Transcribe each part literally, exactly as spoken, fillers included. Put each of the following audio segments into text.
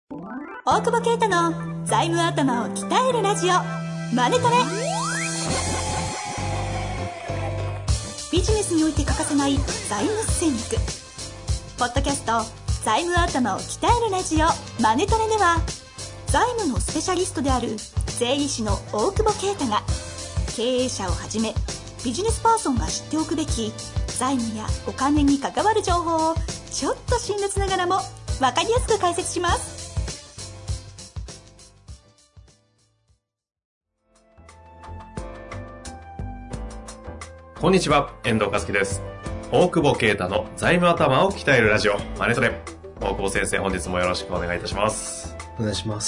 大久保啓太の財務頭を鍛えるラジオマネトレ。ビジネスにおいて欠かせない財務戦略。ポッドキャスト財務頭を鍛えるラジオマネトレでは、財務のスペシャリストである税理士の大久保啓太が、経営者をはじめビジネスパーソンが知っておくべき財務やお金に関わる情報をちょっと辛辣ながらも分かりやすく解説します。 こんにちは、遠藤和樹です。大久保啓太の財務頭を鍛えるラジオマネトレ。大久保先生、本日もよろしくお願いいたします。 お願いします。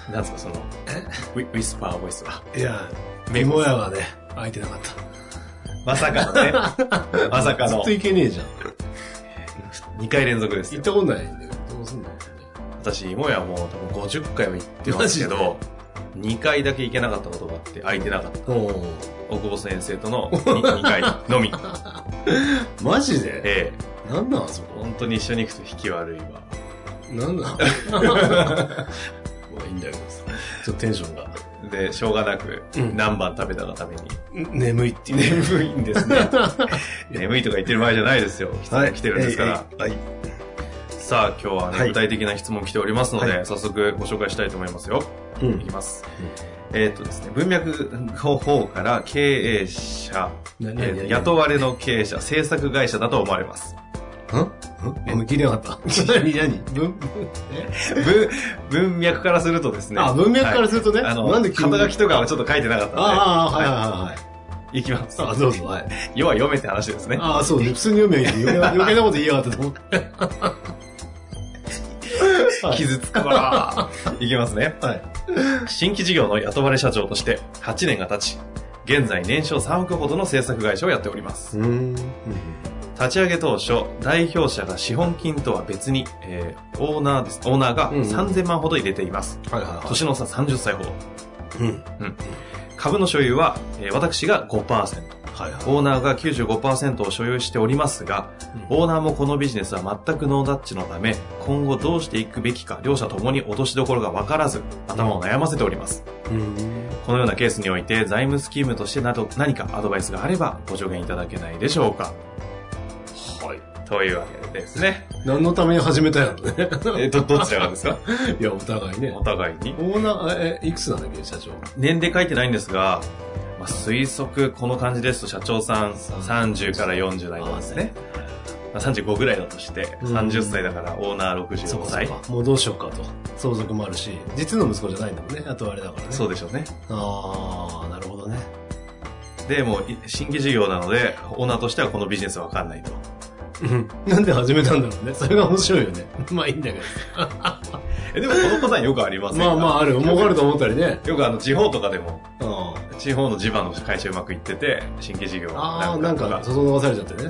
なんですかそのウィ、ウィスパーボイスは。 いや、メモ屋がね開いてなかった。 まさかのねまさかのずっといけねえじゃん。 にかい連続ですよ。 行ったことないんだよ。どうすんの。 私もやもう多分ごじゅっかいは行ってますけど、にかいだけ行けなかったことがあって、空いてなかった。お大久保先生との 2, にかいのみマジで。 ええなんなんそこ。 本当に一緒に行くと引き悪いわ。 なんなんまあいいんだけどさ、ちょっとテンションがで、しょうがなく、うん、何番食べたがために眠いっていう。 眠いんですね眠いとか言ってる場合じゃないですよ。質問来てるんですから、はいはいはい、さあ今日はね、はい、具体的な質問来ておりますので、はい、早速ご紹介したいと思いますよ、うん、いきます、うん、えー、っとですね文脈の方から経営者、えー、雇われの経営者制作会社だと思われます。 んん聞いてなかった何何文文脈からするとですね。 あ、文脈からするとね、 はい、あのなんで肩書きとかはちょっと書いてなかったので、 ああ、はいはいはいはいいきます。 あ、どうぞ。はい。 要は読めって話ですね。 ああ、そうね。普通に読めばいい。余計なこと言いやがったと思って。 傷つくわ。いきますね。はい。新規事業の雇われ社長としてはちねんが経ち、現在年商さんおくほどの制作会社をやっております。うーん。立ち上げ当初、代表者が資本金とは別に、えー、オーナーです。オーナーがさんぜんまんほど入れています。はいはいはい。年の差さんじゅっさいほど。うん。うん。株の所有は、えー、私が ごパーセント、はいはい、オーナーが きゅうじゅうごパーセント を所有しておりますが、うん、オーナーもこのビジネスは全くノータッチのため、今後どうしていくべきか両者ともに落としどころが分からず頭を悩ませております、うん、このようなケースにおいて財務スキームとしてなど何かアドバイスがあればご助言いただけないでしょうか。はい、というわけですね。 何のために始めたんやろねえどどちらがですかいやお互いね。 お互いに。 オーナーえいくつなんだっけ社長。 年齢書いてないんですが、まあ、推測この感じですと社長さんさんじゅうからよんじゅう代なんですね。まあ、さんじゅうごぐらいだとしてさんじゅっさいだからオーナーろくじゅうごさい。 そうかもうどうしようかと。相続もあるし実の息子じゃないんだもんね。あとあれだからね。 そうでしょうね。 ああなるほどね。 でもう新規事業なのでオーナーとしてはこのビジネスは分かんないと。 なんで始めたんだろうね。それが面白いよね。まあいいんだけどえでもこのパターンよくありませんか。 まあまあある。儲かると思ったりね。 よくあの地方とかでも、うん、地方の地場の会社うまくいってて新規事業ああなんかそそのがされちゃってね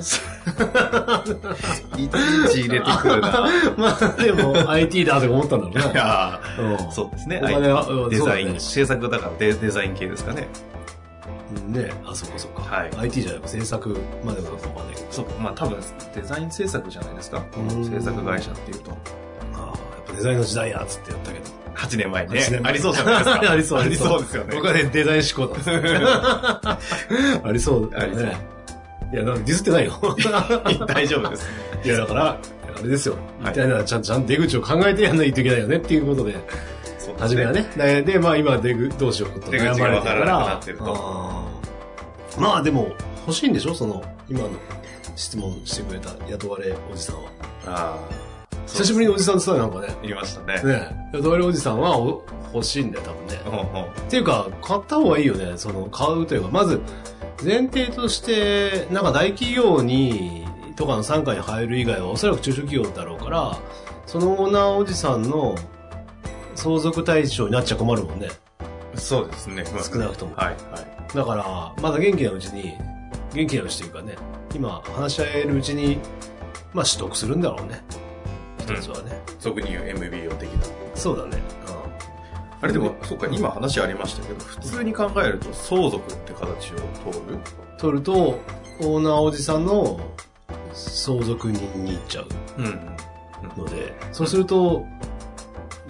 いちいち入れてくるなまあでも アイティー だとか思ったんだろうね。いや、 うん、そうですね。お金はデザイン、ね、制作だからデ、デザイン系ですかね。 ね、あ、そっかそっか。はい。アイティー じゃなく制作まではわかんないけど。 そう、まあ多分デザイン制作じゃないですか。この制作会社っていうと。 ああ、やっぱデザインの時代やつってやったけど。 はちねんまえね。ありそうじゃないですか。 ありそう、 ありそうですよね。 僕はね、デザイン志向なんですよ。ありそうだよね。いや、なんかディスってないよ。 大丈夫です。 いや、だから、あれですよ。みたいな、ちゃんと出口を考えてやんないといけないよねっていうことで。そう初めはね。で、まあ今出口、どうしようと悩まれてるから。なってると。まあでも欲しいんでしょその今の質問してくれた雇われおじさんは。ああ。久しぶりにおじさんってさなんかね。 言いましたね。 ね。雇われおじさんはお欲しいんだよ多分ね。うんうん、っていうか買った方がいいよね。その買うというかまず前提としてなんか大企業にとかの傘下に入る以外はおそらく中小企業だろうからそのオーナーおじさんの相続対象になっちゃ困るもんね。 そうですね。 少なくとも。 はいはい。 だから、まだ元気なうちに、元気なうちというかね、今話し合えるうちに、まあ取得するんだろうね。一つはね。 俗に言う エムビーオー 的な。 そうだね。うん、 あれでも、そうか、今話ありましたけど、普通に考えると相続って形を取る取ると、オーナーおじさんの相続人に行っちゃうので、うんうん、そうすると、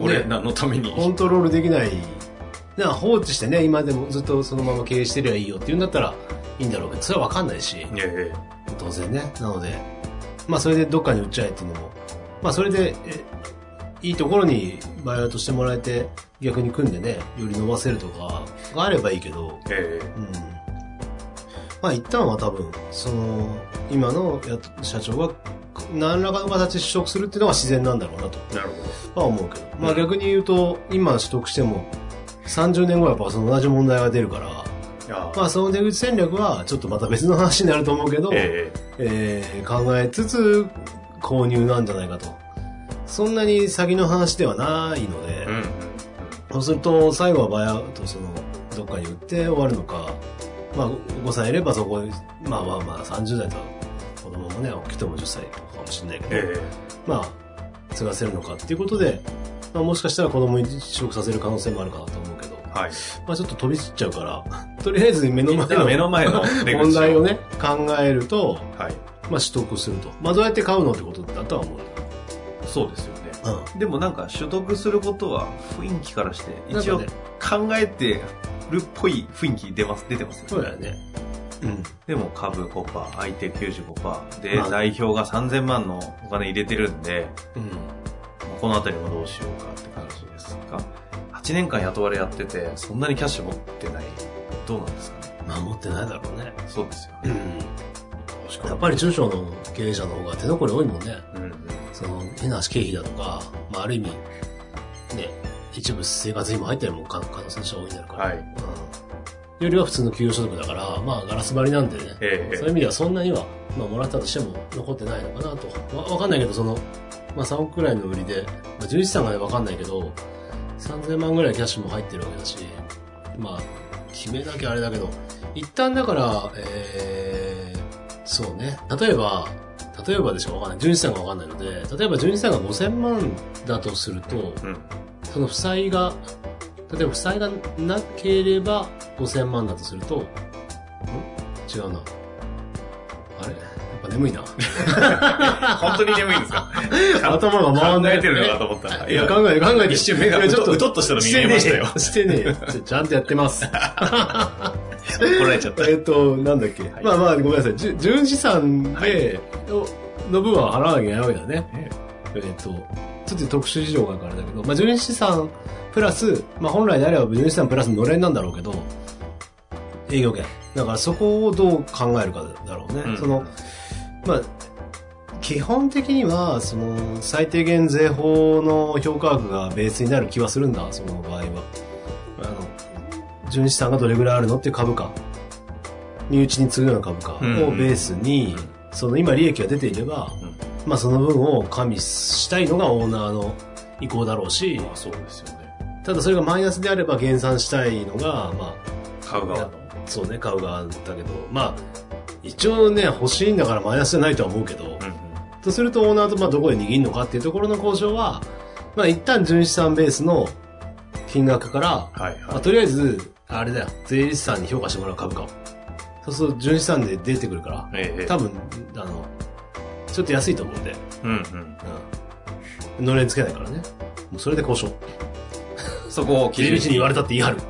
俺何のためにコントロールできない。な放置してね、今でもずっとそのまま経営してりゃいいよって言うんだったらいいんだろうけど、それは分かんないし。 いやいや当然ね。なので、まあそれでどっかに売っちゃえっていうのも、まあそれで、えいいところにバイアウトしてもらえて、逆に組んでね、より伸ばせるとかがあればいいけど、 ええうん。まあ一旦は多分、その、今のや社長が何らかの形で取得するっていうのが自然なんだろうなと。 なるほど。 は思うけど。まあ逆に言うと、今取得しても、さんじゅうねんごはやっぱその同じ問題が出るから、まあその出口戦略はちょっとまた別の話になると思うけど、 ええー、考えつつ購入なんじゃないかと。そんなに先の話ではないので、 うんうんうん、 そうすると最後はバイアウトそのどっかに売って終わるのか、まあごさいいればそこに、まあまあまあさんじゅうだいと子供もね、大きくてもじゅっさいとかかもしれないけど、 えまあ継がせるのかっていうことで、まあ、もしかしたら子供に取得させる可能性もあるかなと思うけど、 はい。 まあちょっと飛び散っちゃうから、とりあえず目の前の目の前の問題をね、考えると、 はい。 まあ取得すると。まあどうやって買うのってことだとは思う。 そうですよね。 うん。 でもなんか取得することは雰囲気からして一応考えてるっぽい雰囲気出ます、出てますよね。 そうだよね。うん。 でも株 ごパーセント、相手 きゅうじゅうごパーセント で、代表がさんぜんまんのお金入れてるんで、 うん。 このあたりもどうしようかって感じですが、はちねんかん雇われやってて、そんなにキャッシュ持ってない。どうなんですかね。 まあ持ってないだろうね。 そうですよね。 うん。やっぱり中小の経営者の方が手残り多いもんね。 うんうん。 その、変な経費だとか、まあある意味、ね、一部生活費も入ってるもん可能性としては多いんだから。 はい。 うん。よりは普通の給与所得だから、まあガラス張りなんでね。 ええ、 そういう意味ではそんなには、まあもらったとしても残ってないのかなと。わ、わかんないけど、その、まあさんおくくらいの売りで、まあ純資産がねわかんないけど、さんぜんまんぐらいキャッシュも入ってるわけだし、まあ、決めなきゃあれだけど、一旦だから、えー、そうね。例えば、例えばでしかわかんない。純資産がわかんないので、例えば純資産がごせんまんだとすると、うん、その負債が、例えば負債がなければごせんまんだとすると、ん違うな。あれやっぱ眠いな。 本当に眠いんですか？ 頭が回んない。 考えてるのかと思ったら。 いや、考えて、考えて。 一瞬目がちょっとうとっとしたの見えましたよ。 してねえ。ちゃんとやってます。 怒られちゃった。 えっと、なんだっけ。はい、まあまあ、ごめんなさい。純資産で、はい、の分は払わなきゃいけないわけだね。えっと、ちょっと特殊事情があるからだけど、まあ純資産プラス、まあ本来であれば純資産プラスのれんなんだろうけど、営業権。だからそこをどう考えるかだろうね。うん、その、まあ、基本的には、その、最低限税法の評価額がベースになる気はするんだ、その場合は。あの、純資産がどれぐらいあるのっていう株価。身内に次ぐような株価をベースに、うん、その今利益が出ていれば、うん、まあその分を加味したいのがオーナーの意向だろうし、 まあそうですよね。 ただそれがマイナスであれば減産したいのが、まあ、 買う側の。 そうね、買う側だけど、まあ、一応ね、欲しいんだからマイナスじゃないとは思うけど、うんうん、とするとオーナーとまあどこで握るのかっていうところの交渉は、まあ一旦純資産ベースの金額から、 はいはいまあ、とりあえず、あれだよ、税理士さんに評価してもらう株価を。そうすると純資産で出てくるから、 ええ、 多分、あの、ちょっと安いと思うんで、 うんうんうん、のれんつけないからね。もうそれで交渉。 そこを税理士に言われたって言い張る。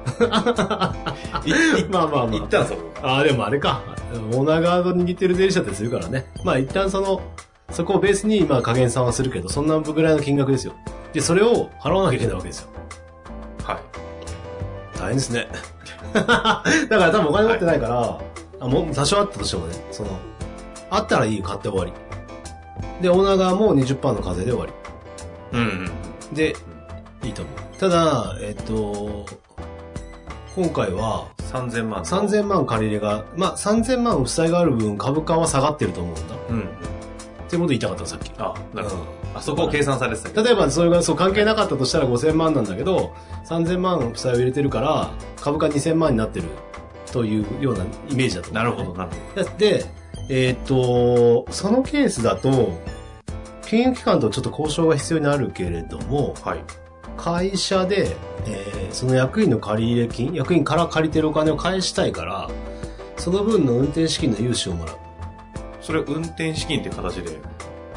まあまあまあ。 一旦そこ。 ああ、でもあれか。オーナー側と握ってる税理士だったりするからね。まあ一旦その、そこをベースにまあ加減算はするけど、そんなぐらいの金額ですよ。で、それを払わなきゃいけないわけですよ。 はい。 大変ですね。だから多分お金持ってないから、はい、あもう多少あったとしてもね、その、あったらいいよ、買って終わり。で、オーナー側も にじゅっパーセント の課税で終わり。うんうん。 で、いいと思う。ただ、えっと、今回は、 さんぜんまん。 さんぜんまん借り入れが、まあ、さんぜんまん負債がある分、株価は下がってると思うんだ。 うん。 っていうこと言いたかったさっき。 あ、なるほど。うん、あそこを計算されてたけど。 例えば、それがそう関係なかったとしたらごせんまんなんだけど、さんぜんまん負債を入れてるから、株価にせんまんになってるというようなイメージだと思う、 ね。なるほど、なるほど。で、えー、っと、そのケースだと、金融機関とちょっと交渉が必要になるけれども、 はい。 会社で、えー、その役員の借入金、役員から借りてるお金を返したいから、その分の運転資金の融資をもらう。 それ運転資金って形で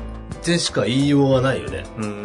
ってしか言いようがないよね。うん。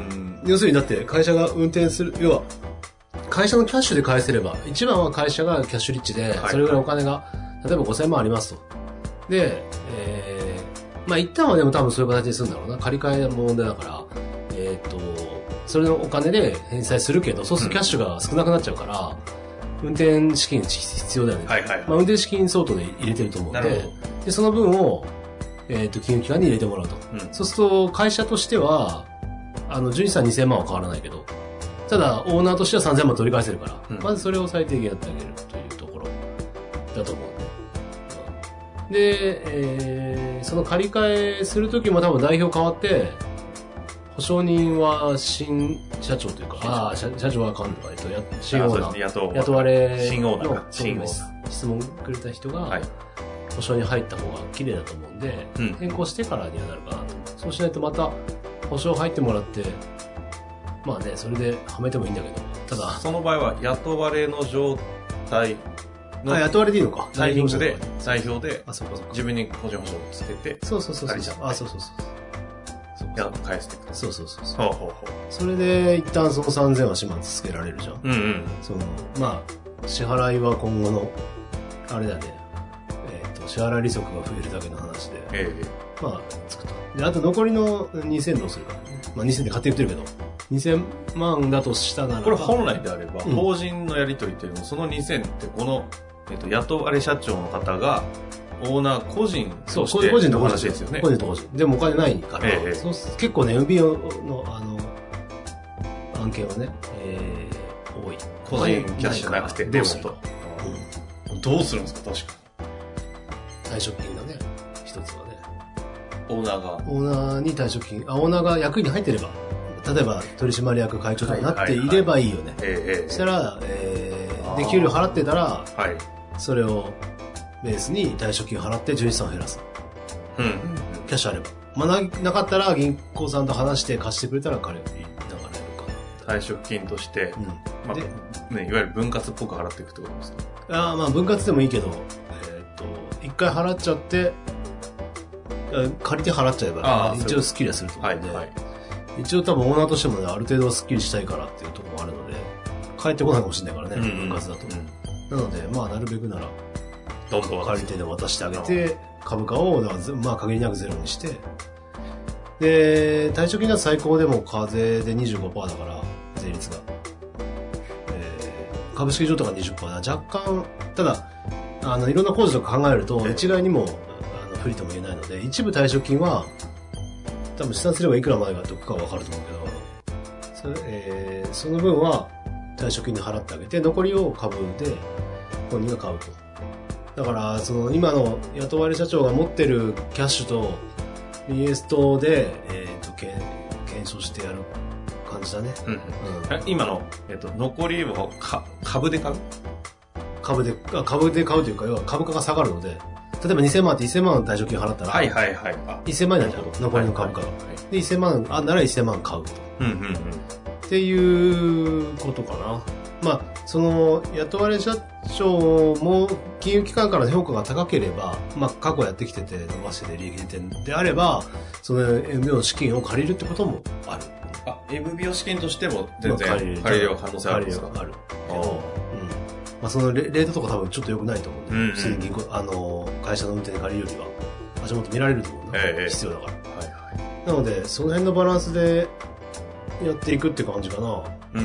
要するにだって会社が運転する、要は、会社のキャッシュで返せれば、一番は会社がキャッシュリッチで、それぐらいお金が、例えばごせんまんありますと。で、えー、まあ一旦はでも多分そういう形にするんだろうな。借り換えの問題だから、えっと、それのお金で返済するけど、そうするとキャッシュが少なくなっちゃうから、うん、運転資金必要だよね。はいはいはい。まあ運転資金相当で入れてると思うんで、で、その分を、えっと、金融機関に入れてもらうと。うん、そうすると、会社としては、あの、純資産にせんまんは変わらないけど、ただ、オーナーとしてはさんぜんまん取り返せるから、うん、まずそれを最低限やってあげるというところだと思うね。で、えー、その借り換えするときも多分代表変わって、保証人は新社長というか、ああ、社, 社長はかんとか、新オーナー、雇われ新オーナーの質問くれた人が、はい、保証に入った方が綺麗だと思うんで、うん、変更してからにはなるかなと。そうしないとまた保証入ってもらって、まあね、それではめてもいいんだけど、ただ。 その場合は雇われの状態の。 あ、雇われでいいのか。 代表で、代表で、あ、そうかそうか。自分に個人保証をつけて、 そうそうそうそう。あ、そうそうそう。 やっと返してくる。 そうそうそうそう。ほうほうほう。それで一旦そのさんぜんは始末つけられるじゃん。うんうん。その、まあ、支払いは今後の、あれだね、えっと、支払い利息が増えるだけの話で、ええ、まあ、つくと。で、あと残りのにせんどうするか。まあにせんで勝手に言ってるけど、にせんまんだとしたならば。 これ本来であれば、うん、法人のやり取りっていうのも、そのにせんってこの、えっと、雇われ社長の方が、オーナー個人として個人の話ですよね。 個人と個人。でもお金ないから、ええ、そう結構ね、エムビーオー のあの、案件はね、えー、多い。 個人キャッシュなくて、でもと、うん。どうするんですか、確かに。退職金だね、一つはね。 オーナーが。 オーナーに退職金、あ、オーナーが役員に入ってれば、例えば取締役会長とかになっていればいいよね。そしたら、えー、で、給料払ってたら、はい、それを、ベースに退職金を払って純資産を減らす。うん。キャッシュあれば。まあ、な、なかったら銀行さんと話して貸してくれたら彼に流れるかな。退職金として、うん。まあ、で、ね、いわゆる分割っぽく払っていくってことですか？ ああ、まあ分割でもいいけど、えっと、一回払っちゃって、借りて払っちゃえば、ね、一応スッキリはすると思うんで、はいはい、一応多分オーナーとしてもね、ある程度はスッキリしたいからっていうところもあるので、帰ってこないかもしれないからね、うん、分割だと。うん、なので、まあなるべくなら、 どんどん借り手で渡してあげて、株価を、まあ限りなくゼロにして、で、退職金は最高でも課税で にじゅうごパーセント だから、税率が。えー、株式上とか にじゅっパーセント だ。若干、ただ、あの、いろんな控除とか考えると、一概にも、あの、不利とも言えないので、一部退職金は、多分試算すればいくらまでが得かわかると思うけど、それ、えー、その分は退職金に払ってあげて、残りを株で本人が買うと。だから、その今の雇われ社長が持ってるキャッシュと ビーエス とで、えっと、検証してやる感じだね。うん。うん、 今の、えっと、残りをか株で買う株で、株で買うというか、要は株価が下がるので、例えばにせんまんってせんまんの退職金払ったら、はいはいはい。せんまんになっちゃうと、残りの株価が。はいはい、で、せんまん、あ、ならせんまん買うと。うんうんうん。っていうことかな。まあ、その、雇われ社長も金融機関からの評価が高ければ、まあ、過去やってきてて伸ばしてて利益出てるんであれば、その エムビーオー の資金を借りるってこともある。 あ、エムビーオー 資金としても全然借りれる可能性あるんですか？ 借りれるある。けど、うん。まあ、そのレートとか多分ちょっと良くないと思うんで、うんうん、普通に銀行、あの、会社の運転で借りるよりは、足元見られると思うので、えー、必要だから。はいはい。なので、その辺のバランスでやっていくって感じかな。うん。うん。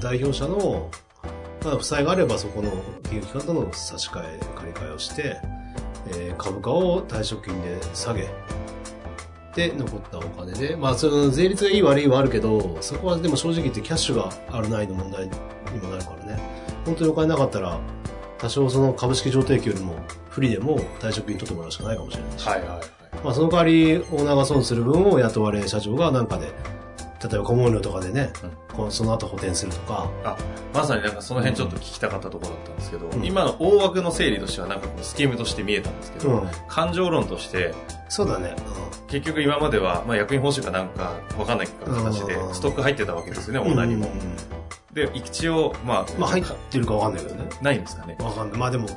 代表者の、まあ、負債があればそこの金融機関との差し替え、借り換えをして、えー、株価を退職金で下げ、で、残ったお金で、まあ、その税率がいい悪いはあるけど、そこはでも正直言ってキャッシュがあるないの問題にもなるからね。本当にお金なかったら、多少その株式譲渡益よりも不利でも退職金取ってもらうしかないかもしれないし。はいはいはい。まあ、その代わり、オーナーが損する分を雇われ社長がなんかで、例えば顧問料とかでね、うん、その後補填するとか。 あ、まさになんかその辺ちょっと聞きたかったところだったんですけど、うん、今の大枠の整理としてはなんかこうスキームとして見えたんですけど、うん、感情論として、 そうだね。 うん、結局今までは、まあ、役員報酬かなんかわかんない形でストック入ってたわけですよね、オーナーにも。で、一応、まあ、 まあ入ってるかわかんないけどね。 ないんですかね。 わかんない。まあでも、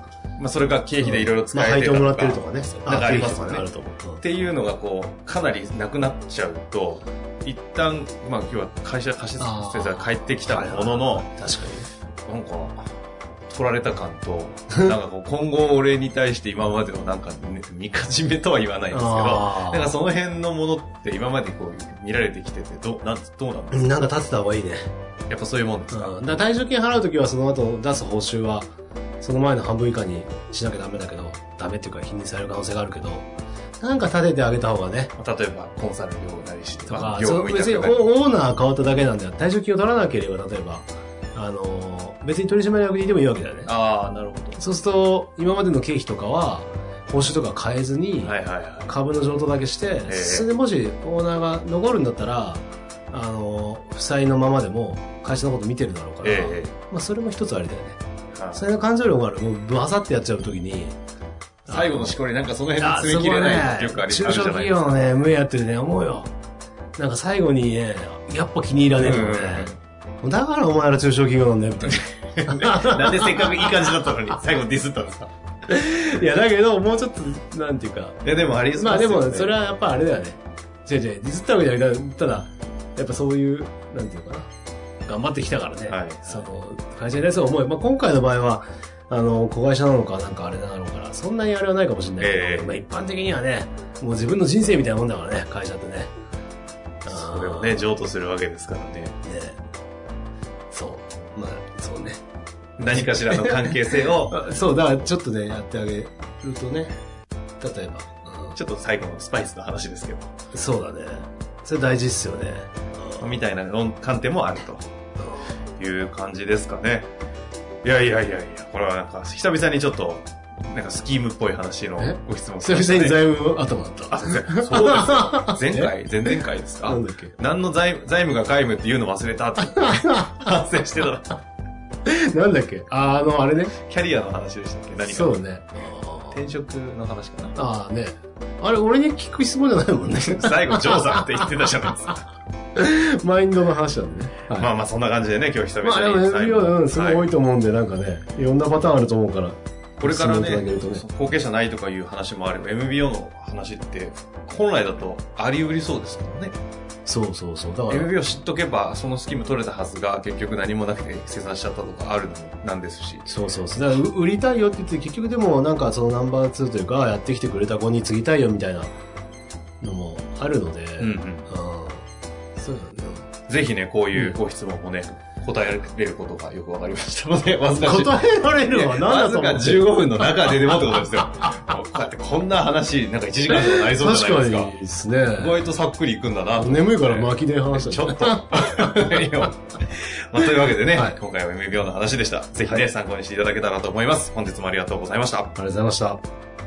まあ、それが経費でいろいろ使えてたとか、まあ、配当もらってるとかね。 なんかありますよね。 あると思う。 っていうのがこう、かなりなくなっちゃうと、一旦、まあ今日は会社貸し先生が帰ってきたものの、 確かに。 なんか、取られた感と、なんかこう、今後俺に対して今までのなんか、ね、見かじめとは言わないんですけど、なんかその辺のものって今までこう、見られてきてて、どう、なん、どうなんですか？ なんか立てた方がいいね。 やっぱそういうもんですか？ うん。だから退職金払うときはその後出す報酬は、その前の半分以下にしなきゃダメだけど、ダメっていうか否認される可能性があるけど、なんか立ててあげた方がね。 例えば、コンサル料なりしてとか、そう別にオーナー変わっただけなんだよ。退職金を取らなければ、例えば、あのー、別に取締役にいてもいいわけだよね。 ああ、なるほど。 そうすると、今までの経費とかは、報酬とか変えずに、 はいはいはい、 株の譲渡だけして、それでもしオーナーが残るんだったら、あのー、負債のままでも会社のこと見てるだろうから、えー、まあそれも一つありだよね。それの感情量がある。もう、ブワサってやっちゃうときに、 最後のしこりなんかその辺で詰め切れないってよくあり中小企業のね、無やってるね、思うよ。なんか最後にね、やっぱ気に入らねえのね。だからお前ら中小企業なんだよ、みたいな。なんでせっかくいい感じだったのに、最後ディスったんですか？ いや、だけど、もうちょっと、なんていうか。 いや、でもありますよね。まあでも、それはやっぱあれだよね。違う違う、ディスったわけじゃなくて、ただ、やっぱそういう、なんていうかな。頑張ってきたからね。はい。その、会社に対する思い。まあ今回の場合は、あの、子会社なのかなんかあれだろうから、そんなにあれはないかもしれないけど、えー、まあ一般的にはね、もう自分の人生みたいなもんだからね、会社ってね。 それをね、譲渡するわけですからね。ね。 そう。まあ、そうね。 何かしらの関係性を。 そう、だからちょっとね、やってあげるとね、例えば。 うん、ちょっと最後のスパイスの話ですけど。 そうだね。それ大事っすよね。 みたいな観点もあるという感じですかね。いやいやいやいや、これはなんか久々にちょっと、なんかスキームっぽい話のご質問ですね。久々に財務頭だった。 あ、そうですよ。前回前々回ですか？ なんだっけ？ 何の財財務が皆無って言うの忘れたって反省してた。 なんだっけ？あ、あの、あれね。 キャリアの話でしたっけ？何か。 そうね。 転職の話かな。 ああね。あれ、俺に聞く質問じゃないもんね。 最後、ジョーさんって言ってたじゃないですか。 マインドの話なんでね。 はい、まあまあそんな感じでね、今日久々に。 まあでも エムビーオー うん、すごい多いと思うんで、はい、なんかね、いろんなパターンあると思うから。 これからね、ね後継者ないとかいう話もあれば、エムビーオー の話って、本来だとあり得りそうですからね。 そうそうそう。だからエムビーオー 知っとけば、そのスキーム取れたはずが、結局何もなくて生産しちゃったとかあるのなんですし。 そうそうそう。だから売りたいよって言って、結局でもなんかそのナンバーツーというか、やってきてくれた子に継ぎたいよみたいなのもあるので。うんうん。 そうだね。ぜひね、こういうご質問もね、うん、答えられることがよくわかりましたので、わずか答えられるは何だと思う。 わずかじゅうごふんの中ででもってことですよ。だってこんな話、なんかいちじかんとかなりそうじゃないですか。 確かにですね。 意外とさっくりいくんだな。 眠いから巻きで話したちょっと。まあ、というわけでね、はい、今回は エムビーオー の話でした。ぜひね、はい、参考にしていただけたらと思います。本日もありがとうございました。 ありがとうございました。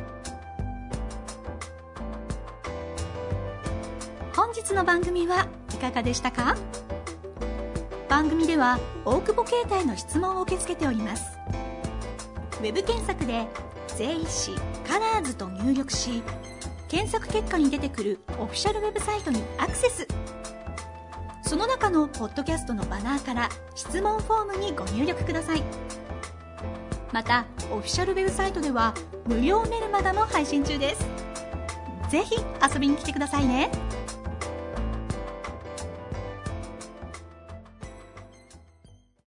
本日の番組はいかがでしたか？番組では大久保携帯の質問を受け付けております。ウェブ検索で税理士カラーズと入力し、検索結果に出てくるオフィシャルウェブサイトにアクセス。その中のポッドキャストのバナーから質問フォームにご入力ください。またオフィシャルウェブサイトでは無料メルマガも配信中です。ぜひ遊びに来てくださいね。